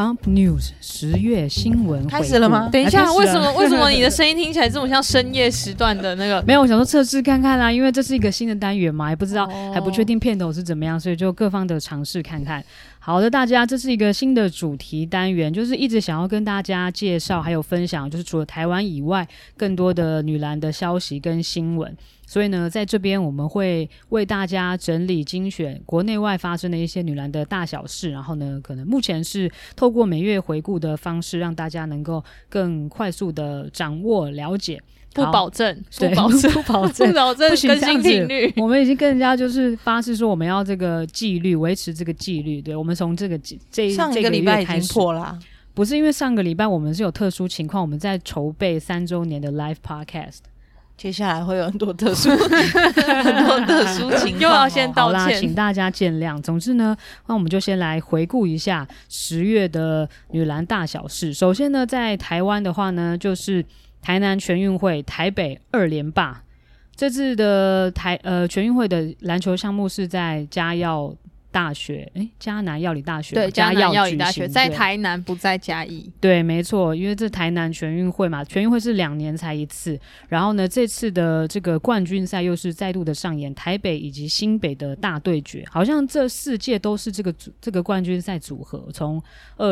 Top News 10月新闻开始了吗？ 等一下，为什么你的声音听起来这么像深夜时段的那个？ 没有，我想说测试看看啦，因为这是一个新的单元嘛，也不知道，还不确定片头是怎么样，所以就各方的尝试看看。好的，大家，这是一个新的主题单元，就是一直想要跟大家介绍还有分享，就是除了台湾以外更多的女篮的消息跟新闻。所以呢，在这边我们会为大家整理精选国内外发生的一些女篮的大小事，然后呢，可能目前是透过每月回顾的方式，让大家能够更快速的掌握了解。 不保证更新频率。 我们已经跟人家就是发誓说，我们要这个纪律，维持这个纪律。对，我们从这个上一个礼拜已经破了， 不是因为上个礼拜我们是有特殊情况，我们在筹备3周年的 live podcast。 接下来会有很多特殊情况， 又要先道歉， 好啦，请大家见谅。总之呢，那我们就先来回顾一下10月的女篮大小事。首先呢，在台湾的话呢，就是台南全运会台北2连霸。这次的全运会的篮球项目是在嘉药大学，嘉南药理大学， 对，嘉南药理大学在台南，不在嘉义。 对，没错，因为这台南全运会嘛，全运会是2年才一次。然后呢，这次的这个冠军赛又是再度的上演台北以及新北的大对决，好像这4届都是这个冠军赛组合，从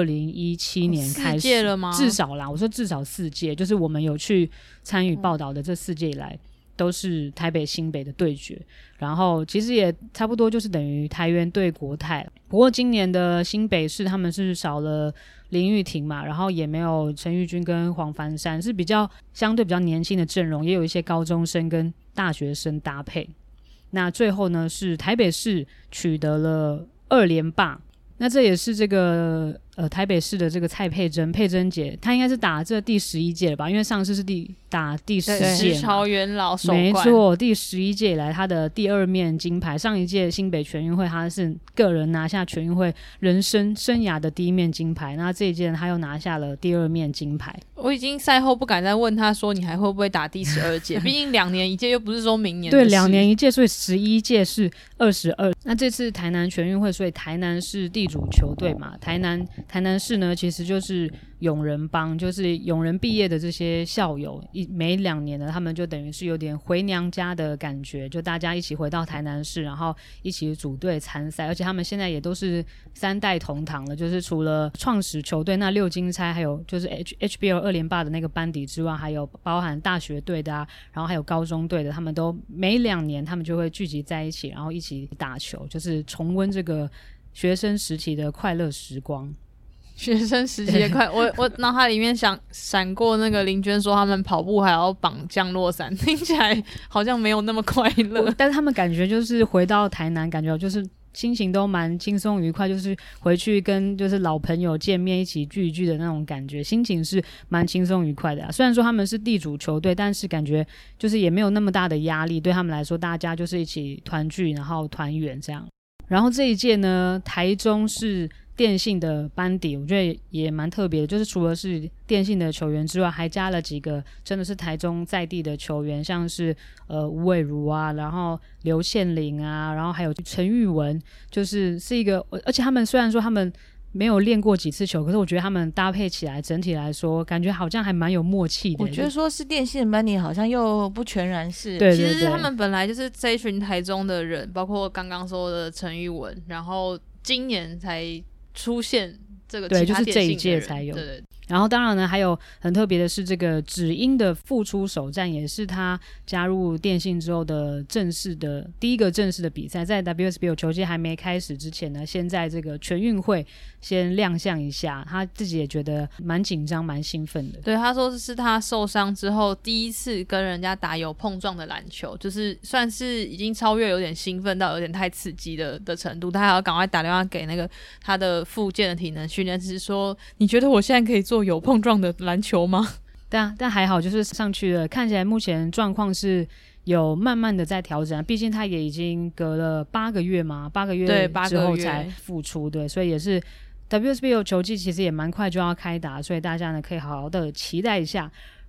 2017年开始，4 届了吗？ 至少啦，我说至少4届，就是我们有去参与报道的这4届以来。都是台北新北的对决，然后其实也差不多就是等于台元对国泰。不过今年的新北市他们是少了林玉婷嘛，然后也没有陈玉君跟黄帆珊，是相对比较年轻的阵容，也有一些高中生跟大学生搭配。那最后呢是台北市取得了2连霸，那这也是这个台北市的这个蔡佩珍姐，她应该是打这第11届了吧？因为上次是打第10届嘛， 朝元老首冠， 没错，第11届以来她的第2面金牌。上一届新北全运会她是个人拿下全运会人生涯的第1面金牌，那这一届她又拿下了第2面金牌。 我已经赛后不敢再问她说你还会不会打第12届，毕竟2年一届又不是说明年的对，2年一届，所以11届是22。那这次台南全运会，所以台南是地主球队嘛，台南市呢，其实就是永仁帮，就是永仁毕业的这些校友，每2年呢，他们就等于是有点回娘家的感觉，就大家一起回到台南市，然后一起组队参赛，而且他们现在也都是3代同堂了，就是除了创始球队那6金钗，还有就是 HBL 2连霸的那个班底之外，还有包含大学队的啊，然后还有高中队的，他们都每2年他们就会聚集在一起，然后一起打球，就是重温这个学生时期的快乐时光。 学生时期的我脑海里面闪过那个林娟说他们跑步还要绑降落伞，听起来好像没有那么快乐， 但是他们感觉就是回到台南，感觉就是心情都蛮轻松愉快，就是回去跟就是老朋友见面，一起聚一聚的那种感觉，心情是蛮轻松愉快的啊。虽然说他们是地主球队，但是感觉就是也没有那么大的压力，对他们来说大家就是一起团聚然后团圆这样。然后这一届呢，台中是电信的班底，我觉得也蛮特别的，就是除了是电信的球员之外，还加了几个真的是台中在地的球员，像是吴伟如啊，然后刘宪霖啊，然后还有陈玉文，就是一个，而且他们虽然说他们没有练过几次球，可是我觉得他们搭配起来整体来说感觉好像还蛮有默契的。 我觉得说是电信的班底好像又不全然是， 对对对， 其实他们本来就是这一群台中的人，包括刚刚说的陈玉文，然后今年才出现这个其他， 对，就是这一届才有。 对。 然后当然呢，还有很特别的是，这个芷英的复出首战也是他加入电信之后的第一个正式的比赛，在 WSBL 球季还没开始之前呢，先在这个全运会先亮相一下，他自己也觉得蛮紧张蛮兴奋的。 对，他说是他受伤之后第一次跟人家打有碰撞的篮球，就是算是已经超越有点兴奋到有点太刺激的程度，他还要赶快打电话给那个他的复健的体能训练师说，你觉得我现在可以做有碰撞的篮球吗？ 但还好就是上去了，看起来目前状况是有慢慢的在调整，毕竟他也已经隔了8个月嘛，8个月之后才复出，对，所以也是 WSBL 球季其实也蛮快就要开打，所以大家呢可以好好的期待一下。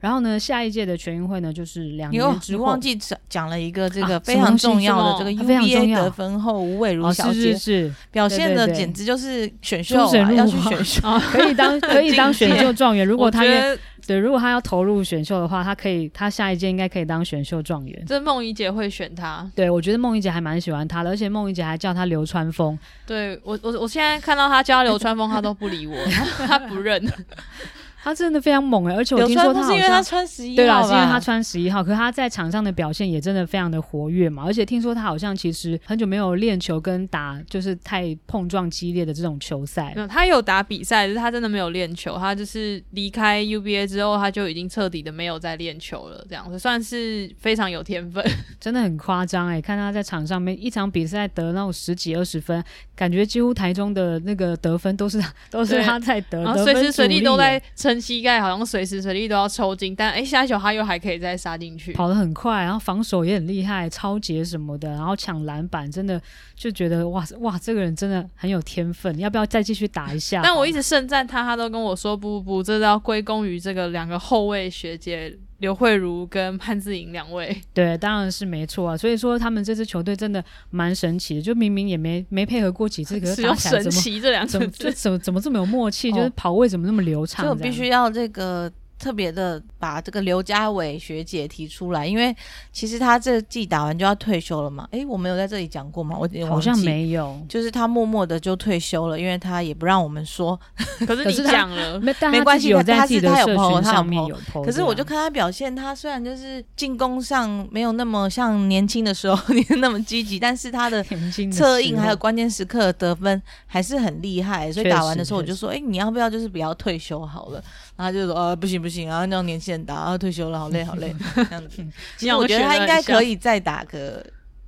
然后呢，下一届的全运会呢，就是2年之后。 你忘记讲了一个这个非常重要的这个 UBA 得分后吴伟如小姐， 是表现的简直就是选秀要去选秀， 可以当选秀状元。如果他要投入选秀的话，他下一届应该可以当选秀状元。 这梦怡姐会选他， 对，我觉得梦怡姐还蛮喜欢他的，而且梦怡姐还叫他流川枫。 对，我现在看到他叫他流川枫，他都不理我，他不认。 他真的非常猛而且我听说他好像是因为他穿11号吧， 对啦，是因为他穿11号，可是他在场上的表现也真的非常的活跃嘛，而且听说他好像其实很久没有练球跟打就是太碰撞激烈的这种球赛。 他有打比赛，但是他真的没有练球，他就是离开 UBA 之后他就已经彻底的没有再练球了，这样子算是非常有天分。 真的很夸张看他在场上面一场比赛得那种10几20分，感觉几乎台中的那个得分都是他在得， 然后随时随地都在撑膝盖，好像随时随地都要抽筋，但下一球他又还可以再杀进去， 跑得很快，然后防守也很厉害，抄截什么的，然后抢篮板，真的就觉得哇，这个人真的很有天分，要不要再继续打一下？ 但我一直盛赞他都跟我说不，这都要归功于这个2个后卫学姐刘慧茹跟潘姿颖2位。 对，当然是没错啊。所以说他们这支球队真的蛮神奇的，就明明也没配合过几次，可是打起来神奇这2个字怎么这么有默契，就是跑位怎么那么流畅， 就必须要这个特别的把这个刘家伟学姐提出来，因为其实她这季打完就要退休了嘛。我们有在这里讲过吗？我好像没有， 就是她默默的就退休了，因为她也不让我们说。 可是你讲了， 没关系， 有在自己的社群上面有 po。 可是我就看她表现，她虽然就是进攻上没有那么像年轻的时候那么积极，但是她的策应还有关键时刻的得分还是很厉害。所以打完的时候我就说，你要不要就是不要退休好了？然后他就说不行，然后那种年轻人打，退休了，好累这样子。其实我觉得他应该可以再打个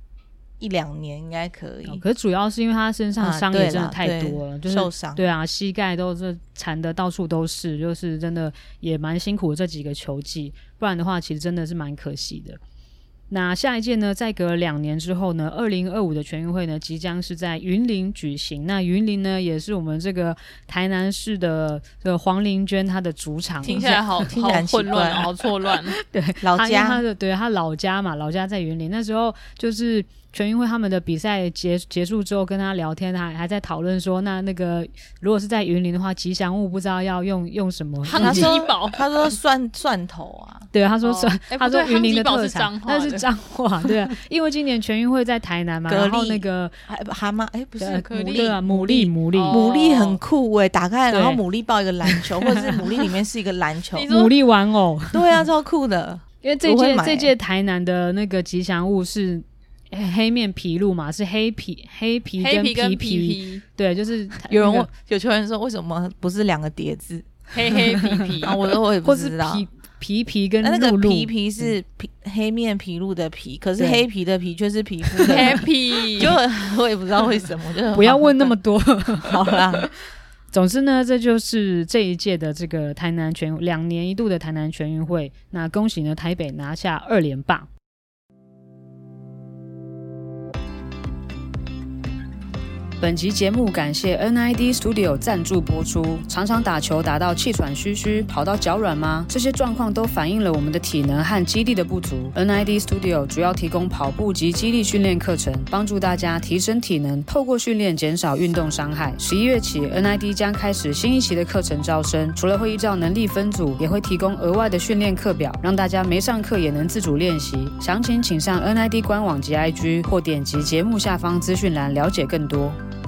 1-2年，应该可以。 可是主要是因为他身上伤也真的太多了，就是受伤。 对啊，膝盖都是缠的到处都是，就是真的也蛮辛苦的这几个球季，不然的话其实真的是蛮可惜的。那下一届呢，再隔2年之后呢，2025的全运会呢，即将是在云林举行。那云林呢，也是我们这个台南市的黄玲娟她的主场。 听起来好混乱，好错乱。 对， 老家他老家嘛，老家在云林。那时候就是全运会他们的比赛结束之后，跟他聊天，还在讨论说，那个如果是在云林的话，吉祥物不知道要用什么。 他说蒜头啊， 对，他说他说云林的特产， 那是彰化，对啊，因为今年全运会在台南嘛，然后那个蛤蟆，不是牡蛎很酷打开然后牡蛎抱一个篮球，或者是牡蛎里面是一个篮球， 牡蛎玩偶， 对啊，超酷的。 因为这届台南的那个吉祥物是黑面琵鹭嘛，是黑皮跟皮，对，就是有球员说为什么不是2个叠字， 黑皮我也不知道。 皮跟那个皮是黑面琵鹭的皮，可是黑皮的皮却是皮肤的皮， 就我也不知道为什么，就不要问那么多。 好啦， 总之呢，这就是这一届的这个台南2年一度的台南全运会。那恭喜呢，台北拿下2连霸。本集节目感谢 NID Studio 赞助播出。常常打球打到气喘吁吁，跑到脚软吗？这些状况都反映了我们的体能和肌力的不足。NID Studio 主要提供跑步及肌力训练课程，帮助大家提升体能，透过训练减少运动伤害。11月起 ，NID 将开始新一期的课程招生，除了会依照能力分组，也会提供额外的训练课表，让大家没上课也能自主练习。详情请上 NID 官网及 IG， 或点击节目下方资讯栏了解更多。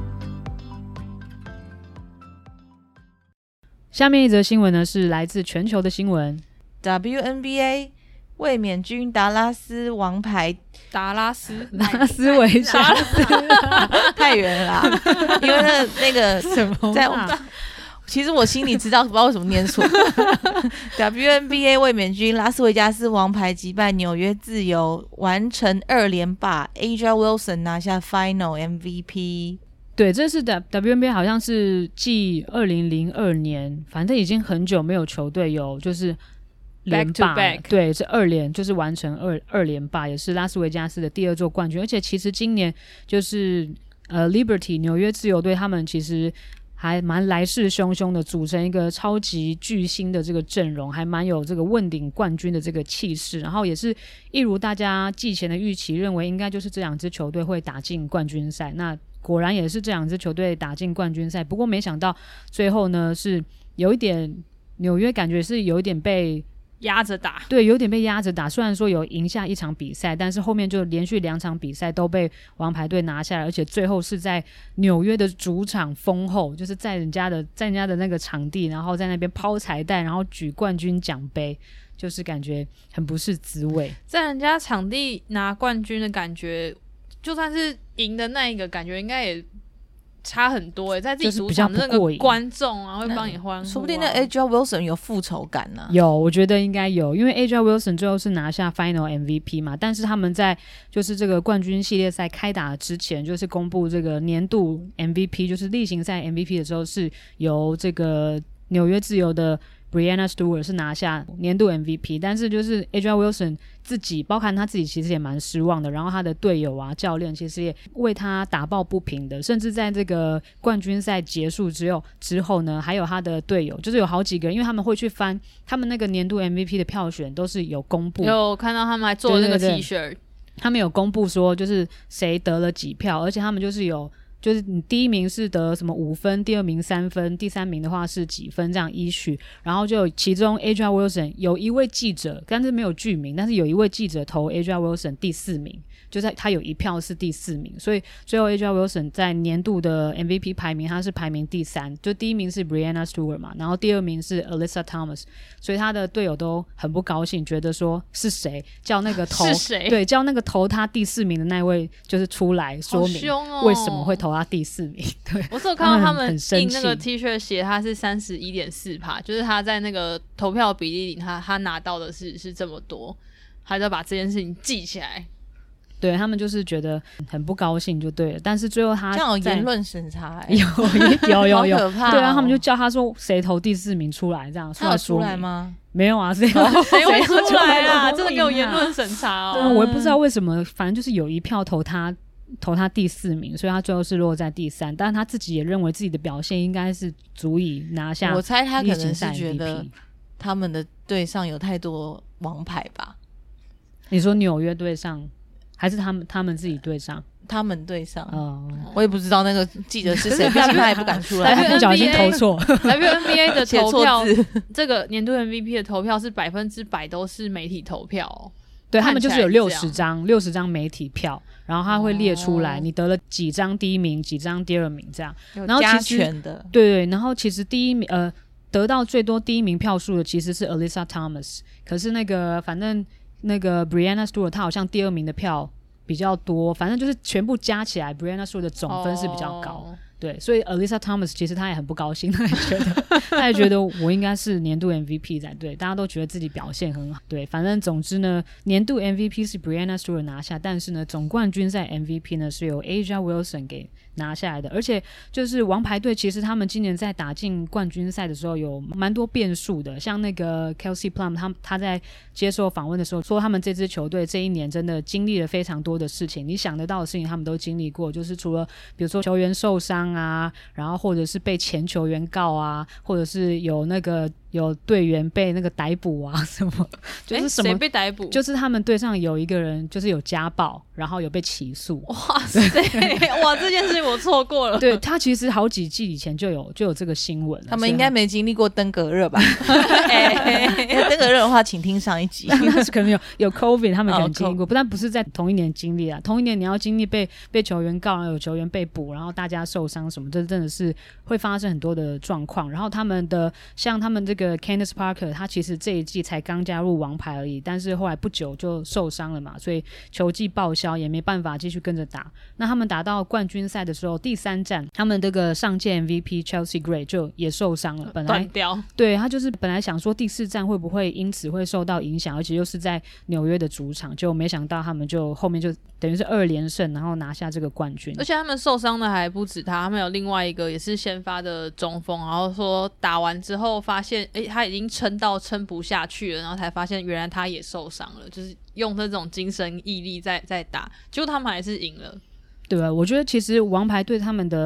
下面一则新闻呢，是来自全球的新闻。 WNBA 卫冕军达拉斯王牌达拉斯维加斯太远了啦，因为那个什么在其实我心里知道，不知道为什么念错。WNBA 卫冕军拉斯维加斯王牌击败纽约自由，完成2连霸 ，A'ja Wilson 拿下 Final MVP。 对，这是WNBA 好像是继2002年，反正已经很久没有球队有就是连霸 back to back， 对，是2连，就是完成二连霸，也是拉斯维加斯的第2座冠军。而且其实今年就是Liberty 纽约自由队他们其实还蛮来势汹汹的，组成一个超级巨星的这个阵容，还蛮有这个问鼎冠军的这个气势，然后也是一如大家季前的预期，认为应该就是这两支球队会打进冠军赛，那果然也是这两支球队打进冠军赛，不过没想到最后呢是有一点纽约感觉是有一点被压着打， 对，有点被压着打。虽然说有赢下一场比赛，但是后面就连续2场比赛都被王牌队拿下来，而且最后是在纽约的主场封后，就是在人家的那个场地，然后在那边抛彩带，然后举冠军奖杯，就是感觉很不是滋味。 在人家场地拿冠军的感觉，就算是赢的那一个，感觉应该也差很多欸，在自己主场的那个观众啊会帮你欢呼啊， 说不定那 AJ Wilson 有复仇感呢。 有，我觉得应该有，因为 AJ Wilson 最后是拿下 Final MVP 嘛，但是他们在就是这个冠军系列赛开打之前，就是公布这个年度 MVP， 就是例行赛 MVP 的时候，是由这个纽约自由的Breanna Stewart 是拿下年度 MVP， 但是就是 AJ Wilson 自己包含他自己其实也蛮失望的，然后他的队友啊教练其实也为他打抱不平的，甚至在这个冠军赛结束之后呢，还有他的队友就是有好几个人，因为他们会去翻他们那个年度 MVP 的票选都是有公布， 有看到他们还做那个 T 恤， 对对对，他们有公布说就是谁得了几票，而且他们就是你第一名是得什么5分，第二名3分，第三名的话是几分这样依序，然后就其中 AJ Wilson 有一位记者，但是没有具名，但是有一位记者投 AJ Wilson 第4名，就是他有一票是第4名，所以最后 AJ Wilson 在年度的 MVP 排名他是排名第3，就第一名是 Breanna Stewart 嘛，然后第二名是 Alyssa Thomas， 所以他的队友都很不高兴，觉得说是谁叫那个投是谁， 对，叫那个投他第4名的那位就是出来说明为什么会投他第4名。对， 我是有看到他们印那个 T 恤写他是 31.4%， 就是他在那个投票比例里他拿到的是这么多，他就把这件事情记起来。 对，他们就是觉得很不高兴就对了，但是最后他这样有言论审查有好可怕对啊，他们就叫他说谁投第4名出来，这样他有出来吗？ 没有啊，谁会出来啊？真的给我言论审查哦！ 对啊，我也不知道为什么，反正就是有一票投他第4名，所以他最后是落在第3，但是他自己也认为自己的表现应该是足以拿下。 我猜他可能是觉得他们的队上有太多王牌吧？ 你说纽约队上？还是他们自己队上？ 他们队上，我也不知道那个记者是谁，毕竟他也不敢出来， 不小心投错。 WNBA 的投票，这个年度 MVP 的投票是100%都是媒体投票哦。 对，他们就是有60张媒体票，然后他会列出来，你得了几张第一名，几张第二名这样。然后加权的， 对，然后其实第一名得到最多第一名票数的其实是 Alyssa Thomas， 可是反正那个 Breanna Stewart 她好像第2名的票比较多，反正就是全部加起来 Breanna Stewart 的总分是比较高。对，所以 Alyssa Thomas 其实她也很不高兴，她也觉得我应该是年度 MVP 才对，大家都觉得自己表现很好。对，反正总之呢，年度 MVP 是 Breanna Stewart 拿下，但是呢，总冠军赛 MVP 呢是由 AJ Wilson 给拿下来的。而且就是王牌队，其实他们今年在打进冠军赛的时候有蛮多变数的，像那个 Kelsey Plum 他在接受访问的时候说，他们这支球队这一年真的经历了非常多的事情，你想得到的事情他们都经历过，就是除了比如说球员受伤啊，然后或者是被前球员告啊，或者是有队员被那个逮捕啊什么，就是什么谁被逮捕？ 就是他们队上有一个人就是有家暴，然后有被起诉。 哇塞，哇，这件事情我错过了。 对，他其实好几季以前就有这个新闻了， 他们应该没经历过登革热吧？登革热的话，请听上一集。 那是可能有 COVID， 他们可能经历过，但不是在同一年经历啊。同一年你要经历被球员告，有球员被捕，然后大家受伤什么，这真的是会发生很多的状况。然后像他们这个 Candace Parker， 他其实这一季才刚加入王牌而已，但是后来不久就受伤了嘛，所以球季报销也没办法继续跟着打。那他们打到冠军赛的时候，第3站，他们这个上届 MVP Chelsea Gray 就也受伤了，本来断掉。 对，他就是本来想说第4站会不会因此会受到影响，而且又是在纽约的主场，就没想到他们就后面就等于是2连胜，然后拿下这个冠军。 而且他们受伤的还不止他们有另外一个也是先发的中锋，然后说打完之后发现他已经撑不下去了，然后才发现原来他也受伤了，就是用这种精神毅力在打，结果他们还是赢了。 对啊，我觉得其实王牌队他们的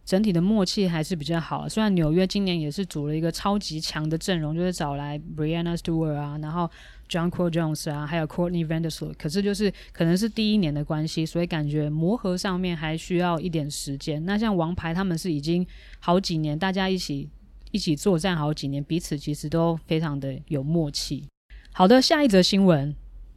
整体的默契还是比较好。虽然纽约今年也是组了一个超级强的阵容，就是找来 Breanna Stewart 啊，然后 Jonquel Jones 啊，还有 Courtney Vandersloot， 可是就是可能是第一年的关系，所以感觉磨合上面还需要一点时间。那像王牌他们是已经好几年，大家一起作战好几年，彼此其实都非常的有默契。好的，下一则新闻，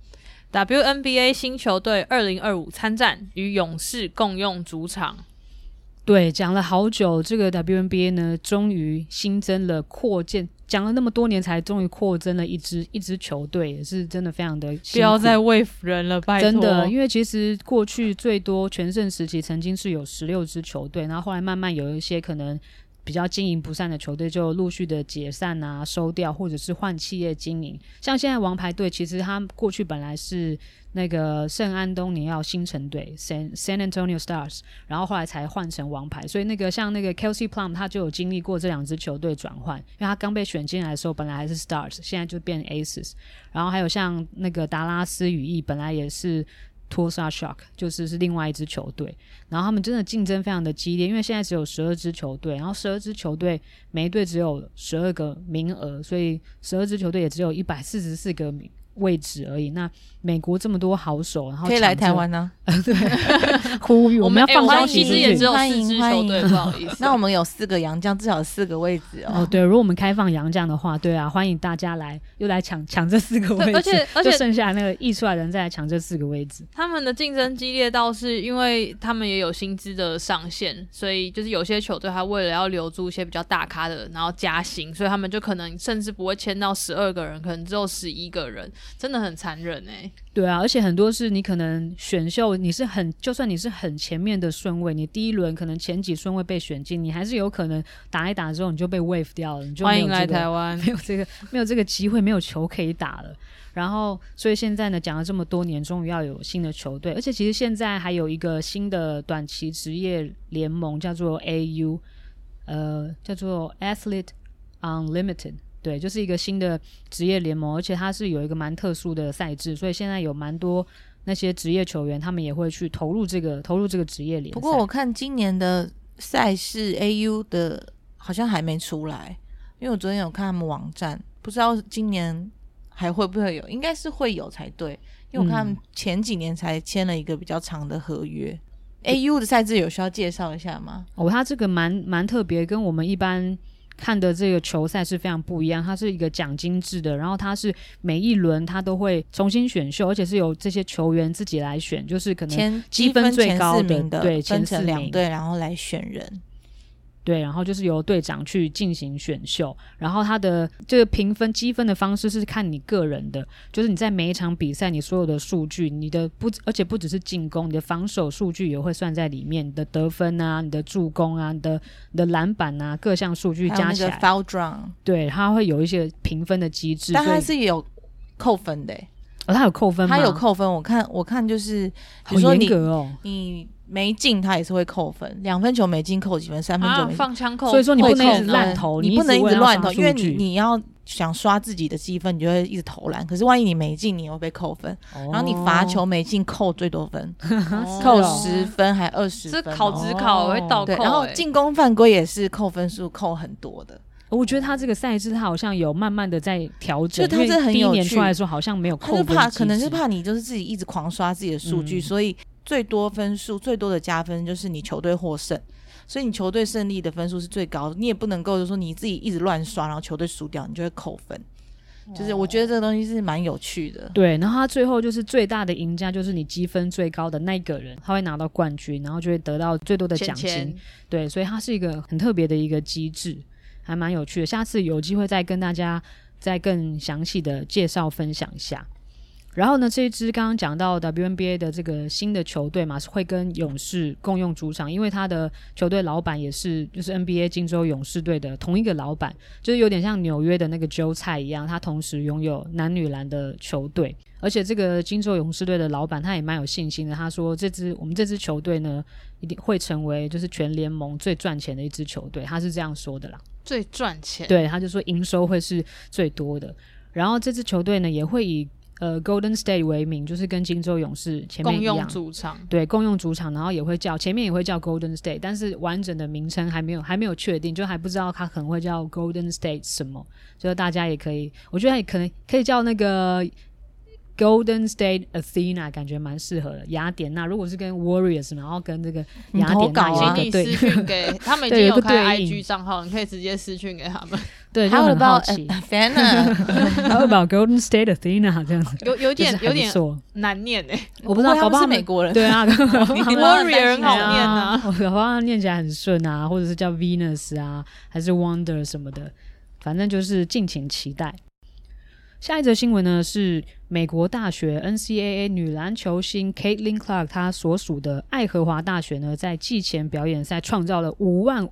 WNBA 新球队2025参战，与勇士共用主场。 对，讲了好久，这个 WNBA 呢，终于新增了扩建，讲了那么多年才终于扩增了一支球队，也是真的非常的辛苦。 不要再喂人了，拜托！ 真的，因为其实过去最多全盛时期曾经是有16支球队，然后后来慢慢有一些可能比较经营不善的球队就陆续的解散啊、收掉，或者是换企业经营。像现在王牌队，其实他过去本来是那个圣安东尼奥星城队 San Antonio Stars， 然后后来才换成王牌，所以那个像那个 Kelsey Plum 他就有经历过这两支球队转换，因为他刚被选进来的时候本来还是 Stars， 现在就变 Aces。 然后还有像那个达拉斯羽翼本来也是Tulsa Shock， 就是另外一支球队，然后他们真的竞争非常的激烈，因为现在只有12支球队，然后12支球队每一队只有12个名额，所以12支球队也只有144个位置而已。那美国这么多好手，然后可以来台湾呢、 对，呼吁我们要放消息其实也只有4支球队，不好意思。 那我们有4个洋将，至少有4个位置哦。 对，如果我们开放洋将的话，对啊，欢迎大家又来抢这4个位置， 而且就剩下那个溢出来的人再来抢这4个位置。 他们的竞争激烈倒是因为他们也有薪资的上限，所以就是有些球队他为了要留住一些比较大咖的，然后加薪，所以他们就可能甚至不会签到12个人，可能只有11个人，真的很残忍欸。 对啊，而且很多是你可能选秀就算你是很前面的顺位，你第一轮可能前几顺位被选进，你还是有可能打一打之后你就被 waive 掉了，你就没有、 欢迎来台湾， 没有这个机会，没有球可以打了。然后所以现在呢，讲了这么多年，终于要有新的球队，而且其实现在还有一个新的短期职业联盟叫做 AU， 叫做 Athlete Unlimited，对，就是一个新的职业联盟，而且它是有一个蛮特殊的赛制，所以现在有蛮多那些职业球员，他们也会去投入这个职业联赛。 不过我看今年的赛事 AU 的好像还没出来，因为我昨天有看他们网站，不知道今年还会不会有，应该是会有才对，因为我看他们前几年才签了一个比较长的合约。AU 的赛制有需要介绍一下吗？ 它这个蛮特别，跟我们一般看的这个球赛是非常不一样，它是一个奖金制的，然后它是每一轮它都会重新选秀，而且是由这些球员自己来选，就是可能积分最高的对分成2队，然后来选人。 对，然后就是由队长去进行选秀，然后他的这个评分积分的方式是看你个人的，就是你在每一场比赛你所有的数据，而且不只是进攻，你的防守数据也会算在里面，你的得分啊，你的助攻啊，你的篮板啊，各项数据加起来， 还有那个 foul draw， 对，它会有一些评分的机制， 但它是有扣分的。 它有扣分吗？ 它有扣分，我看就是比如说好严格哦， 你没进它也是会扣分，2分球没进扣几分，3分球没进放枪扣， 所以说你不能一直乱投， 你不能一直乱投，因为你要想刷自己的积分，你就会一直投篮，可是万一你没进，你又被扣分，然后你罚球没进扣最多分，扣10分还20分， 这考指考会倒扣， 对，然后进攻犯规也是扣分数扣很多的。 我觉得他这个赛制，他好像有慢慢的在调整， 就他这很有趣， 第一年出来的时候好像没有扣分机制， 可能是怕你就是自己一直狂刷自己的数据，所以最多分数最多的加分就是你球队获胜，所以你球队胜利的分数是最高的，你也不能够就是说你自己一直乱刷，然后球队输掉，你就会扣分。就是我觉得这个东西是蛮有趣的。 对，然后他最后就是最大的赢家就是你积分最高的那个人，他会拿到冠军，然后就会得到最多的奖金。对，所以它是一个很特别的一个机制，还蛮有趣的。下次有机会再跟大家再更详细的介绍分享一下。然后呢，这一支刚刚讲到 WNBA 的这个新的球队嘛，是会跟勇士共用主场，因为他的球队老板也是就是 NBA 金州勇士队的同一个老板，就是有点像纽约的那个揪菜一样，他同时拥有男女篮的球队。而且这个金州勇士队的老板他也蛮有信心的，他说我们这支球队呢一定会成为就是全联盟最赚钱的一支球队，他是这样说的啦。 最赚钱？ 对，他就说营收会是最多的。然后这支球队呢也会以 Golden State 为名，就是跟金州勇士前面一样共用主场， 对，共用主场，然后也会叫前面也会叫 Golden State， 但是完整的名称还没有确定，就还不知道它可能会叫 Golden State 什么，所以大家也可以，我觉得也可能可以叫那个 Golden State Athena， 感觉蛮适合的。雅典娜如果是跟 Warriors， 然后跟这个雅典娜有一个对，请你私讯给他们，已经有开 IG 账号，你可以直接私讯给他们。 对，就很好奇。How about Golden State Athena 这样子， 有点难念我不知道，搞不好是美国人。 对啊，Warrior 很好念啊， 搞不好念起来很顺啊，或者是叫 Venus 啊，还是 Wonder 什么的，反正就是敬请期待。下一则新闻呢是美国大学 NCAA 女篮球星 Caitlin Clark 她所属的爱荷华大学呢，在季前表演赛创造了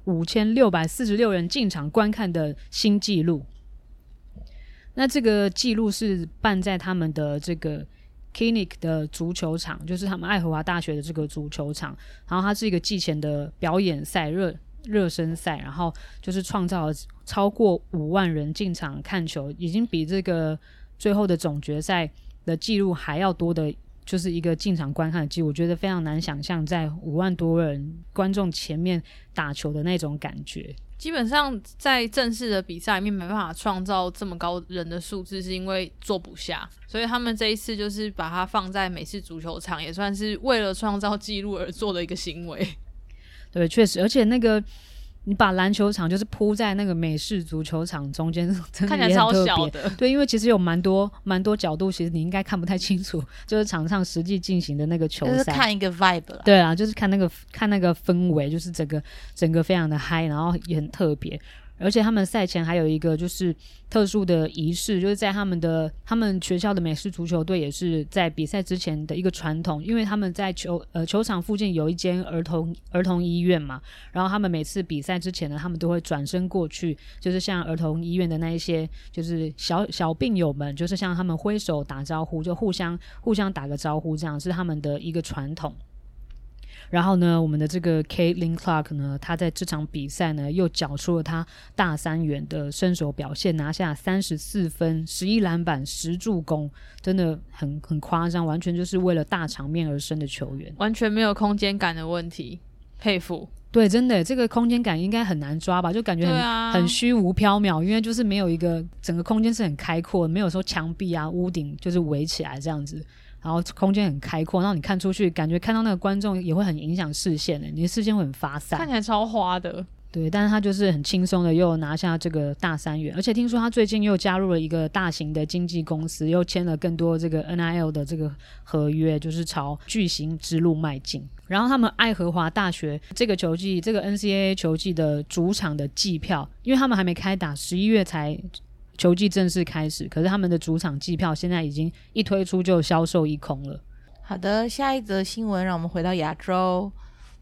55,646人进场观看的新纪录。那这个纪录是办在他们的这个 Kinnick 的足球场，就是他们爱荷华大学的这个足球场，然后它是一个季前的表演赛热身赛，然后就是创造了超过5万人进场看球，已经比这个最后的总决赛的记录还要多的，就是一个进场观看的记录。我觉得非常难想象在5万多人观众前面打球的那种感觉。 基本上在正式的比赛里面没办法创造这么高人的数字，是因为坐不下，所以他们这一次就是把它放在美式足球场，也算是为了创造纪录而做的一个行为。 对，确实，而且那个你把篮球场就是铺在那个美式足球场中间，真的也很特别，看起来超小的。对，因为其实有蛮多角度，其实你应该看不太清楚，就是场上实际进行的那个球赛， 就是看一个 vibe 啦。 对啊，就是看那个氛围，就是整个非常的嗨，然后也很特别。而且他们赛前还有一个就是特殊的仪式，就是在他们学校的美式足球队也是在比赛之前的一个传统，因为他们在球场附近有一间儿童医院嘛，然后他们每次比赛之前呢，他们都会转身过去，就是像儿童医院的那一些就是小病友们，就是向他们挥手打招呼，就互相打个招呼，这样是他们的一个传统。然后呢，我们的这个 Caitlin Clark 呢，她在这场比赛呢又缴出了她大三元的身手表现，拿下34分、11篮板、10助攻，真的很夸张，完全就是为了大场面而生的球员， 完全没有空间感的问题，佩服。 对，真的这个空间感应该很难抓吧，就感觉很虚无缥缈，因为就是没有一个整个空间是很开阔的，没有说墙壁啊屋顶就是围起来这样子，然后空间很开阔，然后你看出去感觉看到那个观众也会很影响视线，你的视线会很发散， 看起来超花的。 对，但是他就是很轻松的又拿下这个大三元，而且听说他最近又加入了一个大型的经纪公司，又签了更多这个 NIL 的这个合约，就是朝巨星之路迈进。然后他们爱荷华大学这个球季，这个 NCAA 球季的主场的季票，因为他们还没开打，11月才球季正式开始，可是他们的主场季票现在已经一推出就销售一空了。 好的，下一则新闻让我们回到亚洲，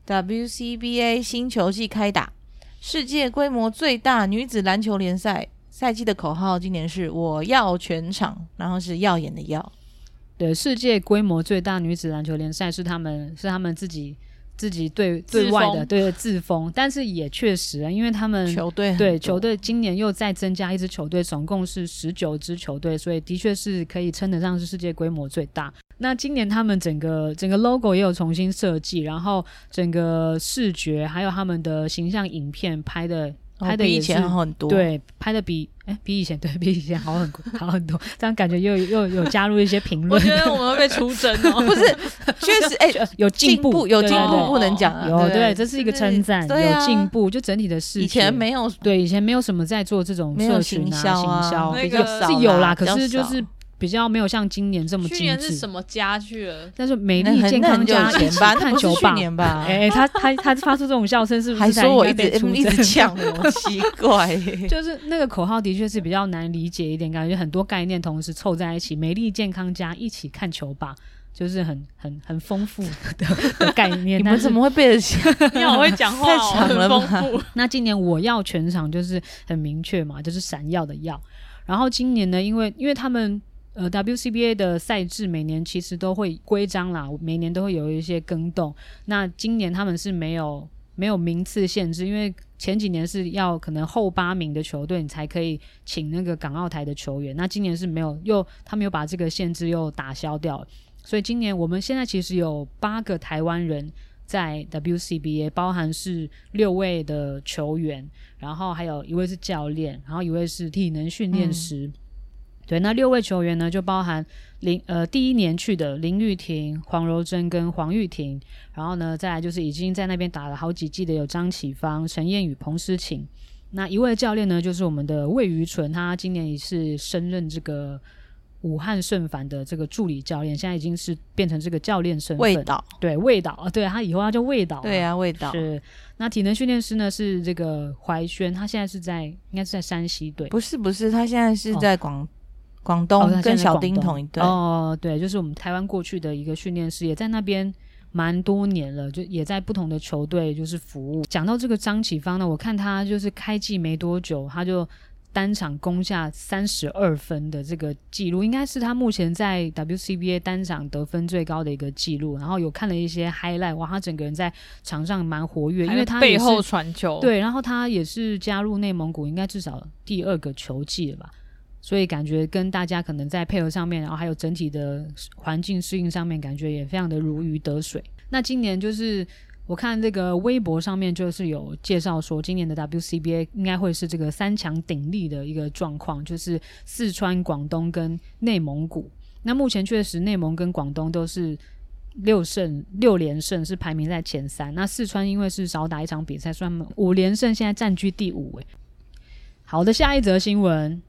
WCBA 新球季开打，世界规模最大女子篮球联赛，赛季的口号今年是我要全场，然后是耀眼的耀。 对，世界规模最大女子篮球联赛是他们自己对外的对自封，但是也确实因为他们球队对球队今年又再增加一支球队，总共是19支球队，所以的确是可以称得上是世界规模最大。那今年他们整个 logo 也有重新设计，然后整个视觉还有他们的形象影片拍的也是比以前好很多， 对，拍的比以前好很多，这样感觉又有加入一些评论。 我觉得我们会被出征哦， 不是，确实有进步， 不能讲啊， 有对，这是一个称赞，有进步，就整体的视觉以前没有， 对，以前没有什么在做这种社群行销， 比较少是有啦，可是就是比较没有像今年这么精致。 去年是什么家去了？ 但是美丽健康家一起看球吧，他发出这种笑声是不是？ 还说我一直呛我，奇怪。 就是那个口号的确是比较难理解一点，感觉很多概念同时凑在一起，美丽健康家一起看球吧。就是很丰富的概念。 你们怎么会背得起来？ 你好会讲话哦， 太长了吧， 很丰富。 那今年我要全场就是很明确嘛，就是闪耀的耀。然后今年呢，因为他们WCBA 的赛制每年其实都会规章啦，每年都会有一些更动。那今年他们是没有名次限制，因为前几年是要可能后8名的球队你才可以请那个港澳台的球员，那今年是没有，他们又把这个限制又打消掉了，所以今年我们现在其实有8个台湾人在 WCBA， 包含是6位的球员，然后还有1位是教练，然后1位是体能训练师。对，那6位球员呢，就包含第一年去的林玉婷、黄柔珍跟黄玉婷，然后呢，再来就是已经在那边打了好几季的有张启芳、陈燕宇、彭诗晴。那1位教练呢，就是我们的魏于纯，他今年也是升任这个武汉盛帆的这个助理教练，现在已经是变成这个教练身份。 味道， 对，味道，对，他以后要叫味道。 对啊，味道是。那体能训练师呢是这个怀轩，他现在是应该是在山西队。 不是，他现在是在广东跟小丁同一队。 对，就是我们台湾过去的一个训练师，也在那边蛮多年了，就也在不同的球队就是服务。讲到这个张启芳呢，我看他就是开季没多久，他就单场攻下32分的这个记录，应该是他目前在 WCBA 单场得分最高的一个记录。然后有看了一些 highlight， 哇，他整个人在场上蛮活跃，因为他背后传球。 对，然后他也是加入内蒙古，应该至少第2个球季了吧。所以感觉跟大家可能在配合上面，然后还有整体的环境适应上面，感觉也非常的如鱼得水。那今年就是我看这个微博上面就是有介绍说，今年的 WCBA 应该会是这个3强鼎立的一个状况，就是四川、广东跟内蒙古。那目前确实内蒙跟广东都是6连胜，是排名在前3。那四川因为是少打一场比赛，所以他们5连胜，现在占据第5。好的，下一则新闻。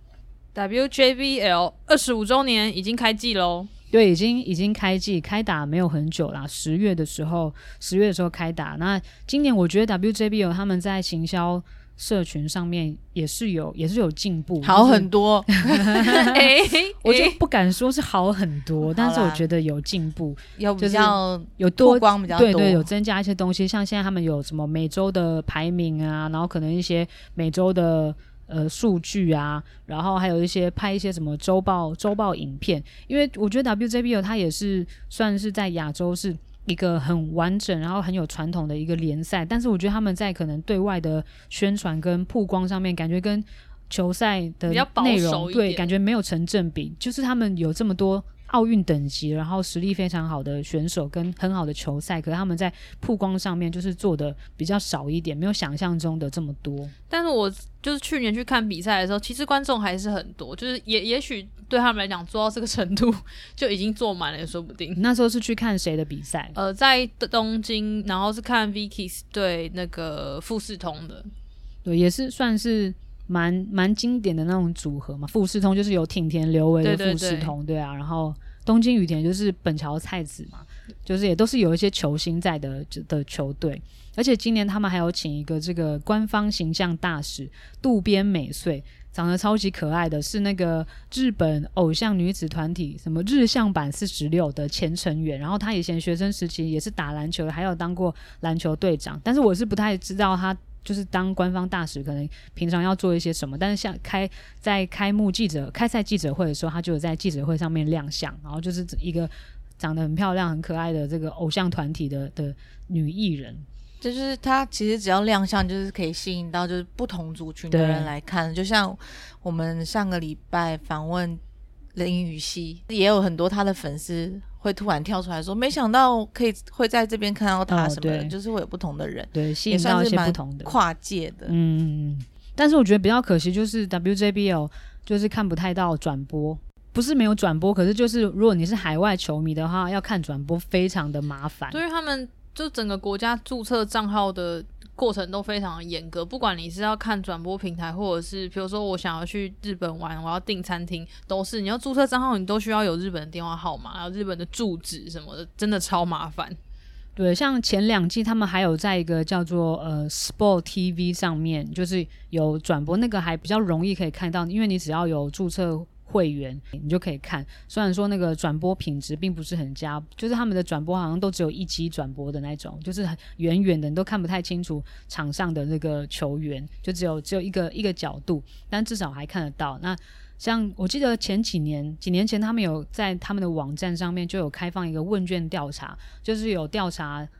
WJBL 25周年已经开季咯。 对，已经开季，开打没有很久啦，10月的时候开打。那今年我觉得 WJBL 他们在行销社群上面也是有进步， 好很多。 我就不敢说是好很多，但是我觉得有进步， 有比较有多曝光比较多， 对，有增加一些东西，像现在他们有什么每周的排名啊，然后可能一些每周的数据啊，然后还有一些拍一些什么周报影片。因为我觉得 WJBL 它也是算是在亚洲是一个很完整然后很有传统的一个联赛，但是我觉得他们在可能对外的宣传跟曝光上面，感觉跟球赛的内容对感觉没有成正比。就是他们有这么多奥运等级然后实力非常好的选手跟很好的球赛，可是他们在曝光上面就是做的比较少一点，没有想象中的这么多。 但是我就是去年去看比赛的时候，其实观众还是很多，就是也许对他们来讲做到这个程度就已经做满了也说不定。 那时候是去看谁的比赛？ 在东京，然后是看 Vikings 对那个富士通的。 对，也是算是蛮经典的那种组合嘛。富士通就是有挺田刘维的富士通， 对啊，然后东京羽田就是本桥菜子嘛，就是也都是有一些球星在的球队。而且今年他们还有请一个这个官方形象大使渡边美穗，长得超级可爱的，是那个日本偶像女子团体什么日向坂46的前成员，然后她以前学生时期也是打篮球的，还有当过篮球队长，但是我是不太知道她就是当官方大使可能平常要做一些什么，但是像在开赛记者会的时候，她就有在记者会上面亮相，然后就是一个长得很漂亮很可爱的这个偶像团体的女艺人。 就是他其实只要亮相，就是可以吸引到就是不同族群的人来看。就像我们上个礼拜访问林予晞，也有很多他的粉丝会突然跳出来说，没想到会在这边看到他什么的，就是会有不同的人， 对，吸引到一些不同的跨界的。 但是我觉得比较可惜就是 WJBL 就是看不太到转播。不是没有转播，可是就是如果你是海外球迷的话，要看转播非常的麻烦。 对于他们就整个国家注册账号的过程都非常的严格，不管你是要看转播平台，或者是比如说我想要去日本玩，我要订餐厅，都是你要注册账号，你都需要有日本的电话号码，还有日本的住址什么的，真的超麻烦。 对，像前2季他们还有在一个叫做Sport TV 上面就是有转播，那个还比较容易可以看到，因为你只要有注册会员你就可以看，虽然说那个转播品质并不是很佳，就是他们的转播好像都只有一机转播的那种，就是很远远的你都看不太清楚场上的那个球员，就只有一个角度，但至少还看得到。那像我记得几年前他们有在他们的网站上面就有开放一个问卷调查，就是有调查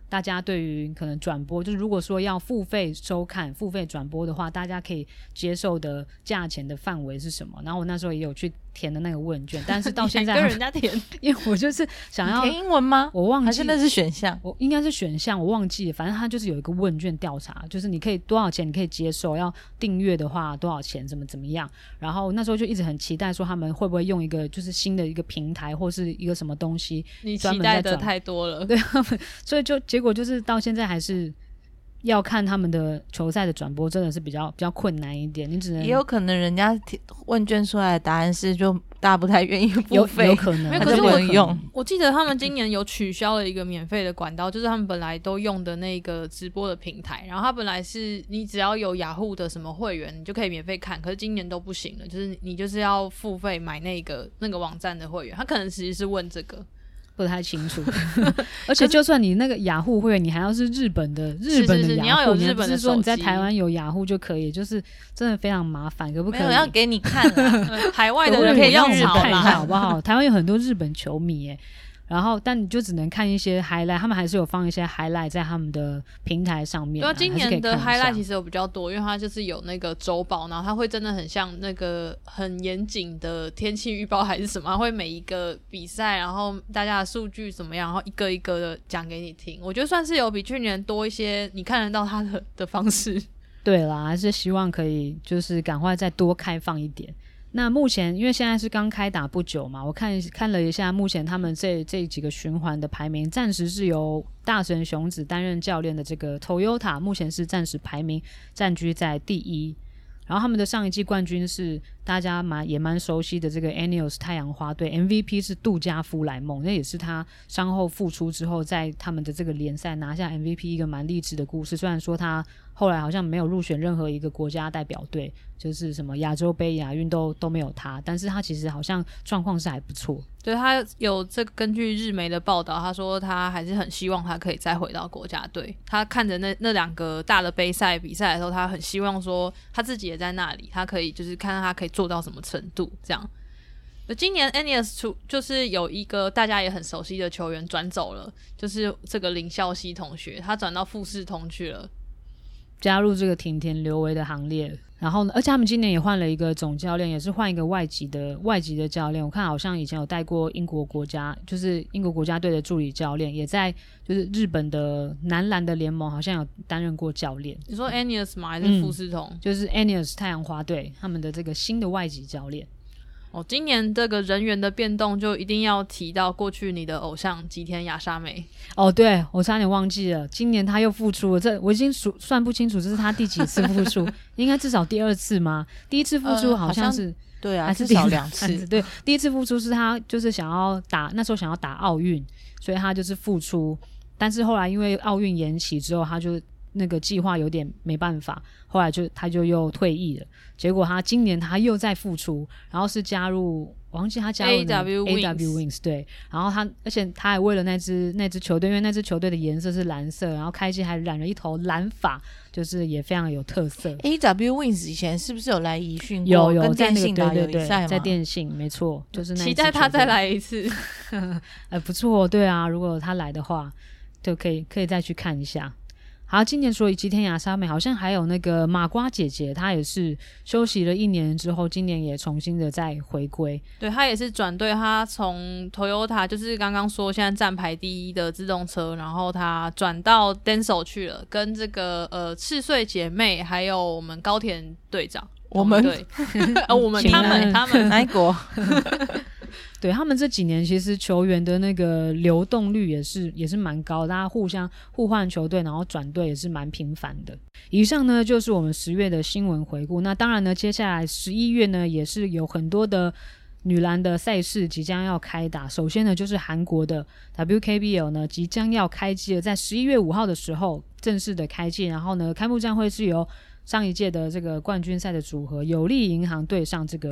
大家对于可能转播，就是如果说要付费收看、付费转播的话，大家可以接受的价钱的范围是什么？然后我那时候也有去填的那个问卷，但是到现在跟人家填， 因为我就是想要填英文吗？ 我忘记， 还是那是选项？ 我应该是选项，我忘记了。反正它就是有一个问卷调查，就是你可以多少钱你可以接受，要订阅的话多少钱，怎么样。然后那时候就一直很期待说他们会不会用一个就是新的一个平台或是一个什么东西， 你期待的太多了， 对，所以就结果就是到现在还是要看他们的球赛的转播，真的是比较困难一点。你只能也有可能人家问卷出来的答案是就大家不太愿意付费， 有可能， 可是不能用。 我记得他们今年有取消了一个免费的管道，就是他们本来都用的那个直播的平台，然后它本来是你只要有雅虎的什么会员，你就可以免费看，可是今年都不行了，就是你就是要付费买那个网站的会员。他可能其实是问这个。 不太清楚，而且就算你那个雅虎会员，你还要是日本的雅虎， 你要有日本的手机， 不是说你在台湾有雅虎就可以，就是真的非常麻烦，可不可以？ 没有要给你看啦海外的人可以用日本看一下啦， 好不好？台湾有很多日本球迷耶。然后但你就只能看一些 highlight， 他们还是有放一些 highlight 在他们的平台上面。 对啊，今年的 highlight 其实有比较多，因为它就是有那个周报，然后它会真的很像那个很严谨的天气预报还是什么，会每一个比赛，然后大家的数据怎么样，然后一个一个的讲给你听。我觉得算是有比去年多一些你看得到它的方式。 对啦，还是希望可以就是赶快再多开放一点。那目前因为现在是刚开打不久嘛，我看了一下，目前他们这几个循环的排名，暂时是由大神雄子担任教练的这个 Toyota 目前是暂时排名占据在第一。然后他们的上一季冠军是大家也蛮熟悉的这个 ENEOS 太阳花队， MVP 是杜加夫莱蒙，那也是他伤后复出之后在他们的这个联赛拿下 MVP 一个蛮励志的故事。虽然说他后来好像没有入选任何一个国家代表队，就是什么亚洲杯亚运都没有他，但是他其实好像状况是还不错。 对，他有这个根据日媒的报道，他说他还是很希望他可以再回到国家队。他看着那两个大的杯赛比赛的时候，他很希望说他自己也在那里，他可以就是看看他可以做到什么程度这样。今年 ENEOS 就是有一个大家也很熟悉的球员转走了，就是这个林孝熙同学，他转到富士通去了， 加入这个挺田留维的行列。然后呢，而且他们今年也换了一个总教练，也是换一个外籍的教练。我看好像以前有带过英国国家队的助理教练，也在就是日本的男篮的联盟好像有担任过教练。 你说 ENEOS 吗？还是富士通？ 就是 ENEOS 太阳花队他们的这个新的外籍教练。 今年这个人员的变动就一定要提到过去你的偶像吉田亚沙美。 对，我差点忘记了，今年他又复出了，这我已经算不清楚这是他第几次复出，应该至少第二次吗？第一次复出好像是、 对啊， 还是至少2次。 对，第一次复出是他就是那时候想要打奥运，所以他就是复出，但是后来因为奥运延期之后，他就那个计划有点没办法，后来他就又退役了。结果他今年他又再复出，然后是加入，我忘记他加入 AW Wings 对，然后而且他还为了那支球队，因为那支球队的颜色是蓝色，然后开季还染了一头蓝发，就是也非常有特色。 AW Wings 以前是不是有来宜训过？ 有跟电信打友对谊赛吗？ 在电信没错，就是那一支期待他再来一次。 不错，对啊，如果他来的话，就可以再去看一下。好，今年除了吉田亚沙美，好像还有那个马瓜姐姐，她也是休息了1年之后，今年也重新的再回归。 对，她也是转队，她从 Toyota 就是刚刚说现在站排第一的自动车，然后她转到 Denso 去了，跟这个赤穗姐妹还有我们高田队长， 我们对，他们哪一国？ 对，他们这几年其实球员的那个流动率也是蛮高的，大家互相互换球队，然后转队也是蛮频繁的。以上呢就是我们10月的新闻回顾。那当然呢，接下来11月呢也是有很多的女篮的赛事即将要开打。首先呢就是韩国的 WKBL 呢即将要开季了，在11月5号的时候正式的开季，然后呢开幕战会是由上一届的这个冠军赛的组合有利银行对上这个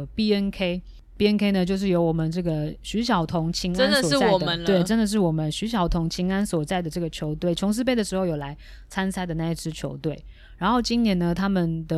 BNK 呢就是由我们这个徐小彤秦安所在的， 真的是我们了， 对，真的是我们徐小彤秦安所在的这个球队，琼斯杯的时候有来参赛的那一支球队。然后今年呢他们的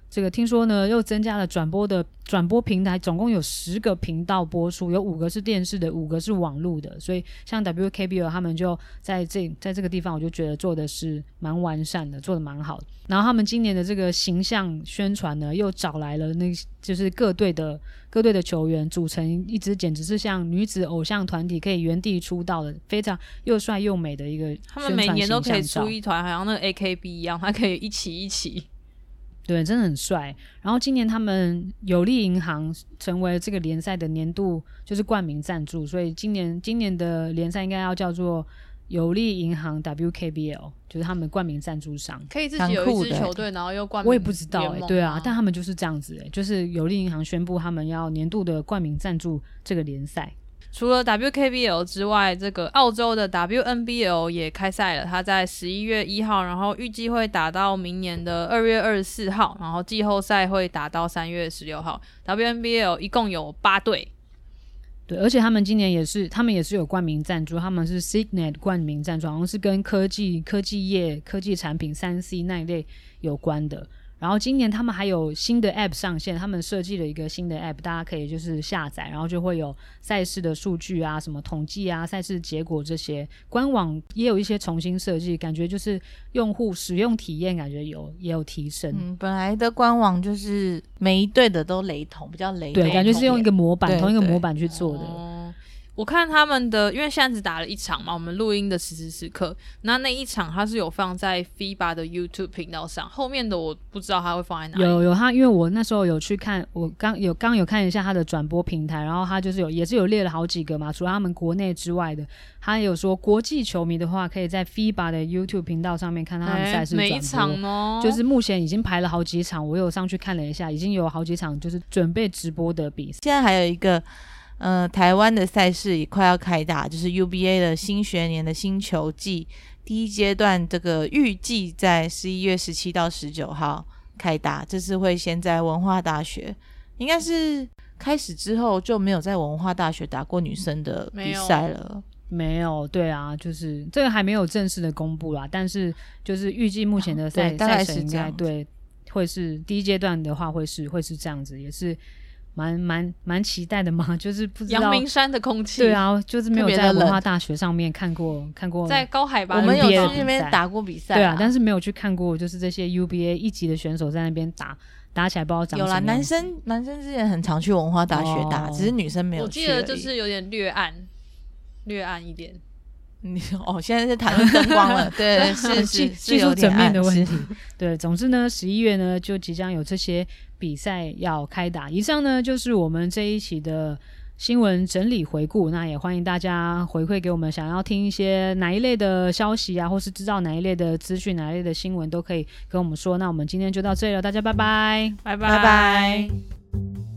这个听说呢又增加了转播平台，总共有10个频道播出，有5个是电视的，5个是网路的，所以像 WKBL 他们就在这个地方我就觉得做的是蛮完善的，做的蛮好的。然后他们今年的这个形象宣传呢又找来了就是各队的球员组成一支简直是像女子偶像团体可以原地出道的，非常又帅又美的一个宣传形象照。他们每年都可以出一团，好像那个 AKB 一样，它可以一起。 对，真的很帅。然后今年他们有利银行成为这个联赛的年度就是冠名赞助，所以今年的联赛应该要叫做有利银行 WKBL， 就是他们冠名赞助商。 可以自己有一支球队，然后又冠名。 我也不知道对啊，但他们就是这样子就是有利银行宣布他们要年度的冠名赞助这个联赛。 除了 WKBL 之外，这个澳洲的 WNBL 也开赛了，它在11月1号，然后预计会打到明年的2月24号，然后季后赛会打到3月16号。WNBL 一共有8队。 对，而且他们今年他们也是有冠名赞助，他们是 Signet 冠名赞助，好像是跟科技业、科技产品 3C 那一类有关的。然后今年他们还有新的 App 上线，他们设计了一个新的 App， 大家可以就是下载，然后就会有赛事的数据啊、什么统计啊、赛事结果这些。官网也有一些重新设计，感觉就是用户使用体验感觉也有提升。 本来的官网就是每一队的都雷同，比较雷同， 对，感觉是用一个模板，同一个模板去做的。 我看他们的，因为现在只打了1场嘛，我们录音的此时此刻，那一场它是有放在 FIBA 的 YouTube 频道上，后面的我不知道它会放在哪里。 有它，因为我那时候有去看，我刚有看一下它的转播平台，然后它就是也是有列了好几个嘛，除了他们国内之外的，它有说国际球迷的话，可以在 FIBA 的 YouTube 频道上面看到他们赛事转播。每一场哦，就是目前已经排了好几场，我有上去看了一下，已经有好几场就是准备直播的比赛。 现在还有一个。台湾的赛事也快要开打，就是 UBA 的新学年的新球季第一阶段，这个预计在11月17到19号开打。这次会先在文化大学，应该是开始之后就没有在文化大学打过女生的比赛了。 没有，对啊，就是这个还没有正式的公布啦，但是就是预计目前的赛程应该对会是第一阶段的话会是这样子，也是蛮期待的嘛，就是不知道阳明山的空气。 对啊，就是没有在文化大学上面看过在高海拔我们有去那边打过比赛。 对啊，但是没有去看过就是这些 UBA 一级的选手在那边打起来不知道长什么样。 有啦，男生之前很常去文化大学打，只是女生没有去。 我记得就是有点略暗一点。 现在是谈论灯光了。对，是技术层面的问题。对，总之呢11月呢就即将有这些比赛要开打。以上呢就是我们这一期的新闻整理回顾，那也欢迎大家回馈给我们，想要听一些哪一类的消息啊，或是知道哪一类的资讯、哪一类的新闻都可以跟我们说。那我们今天就到这里了，大家拜拜， 拜拜。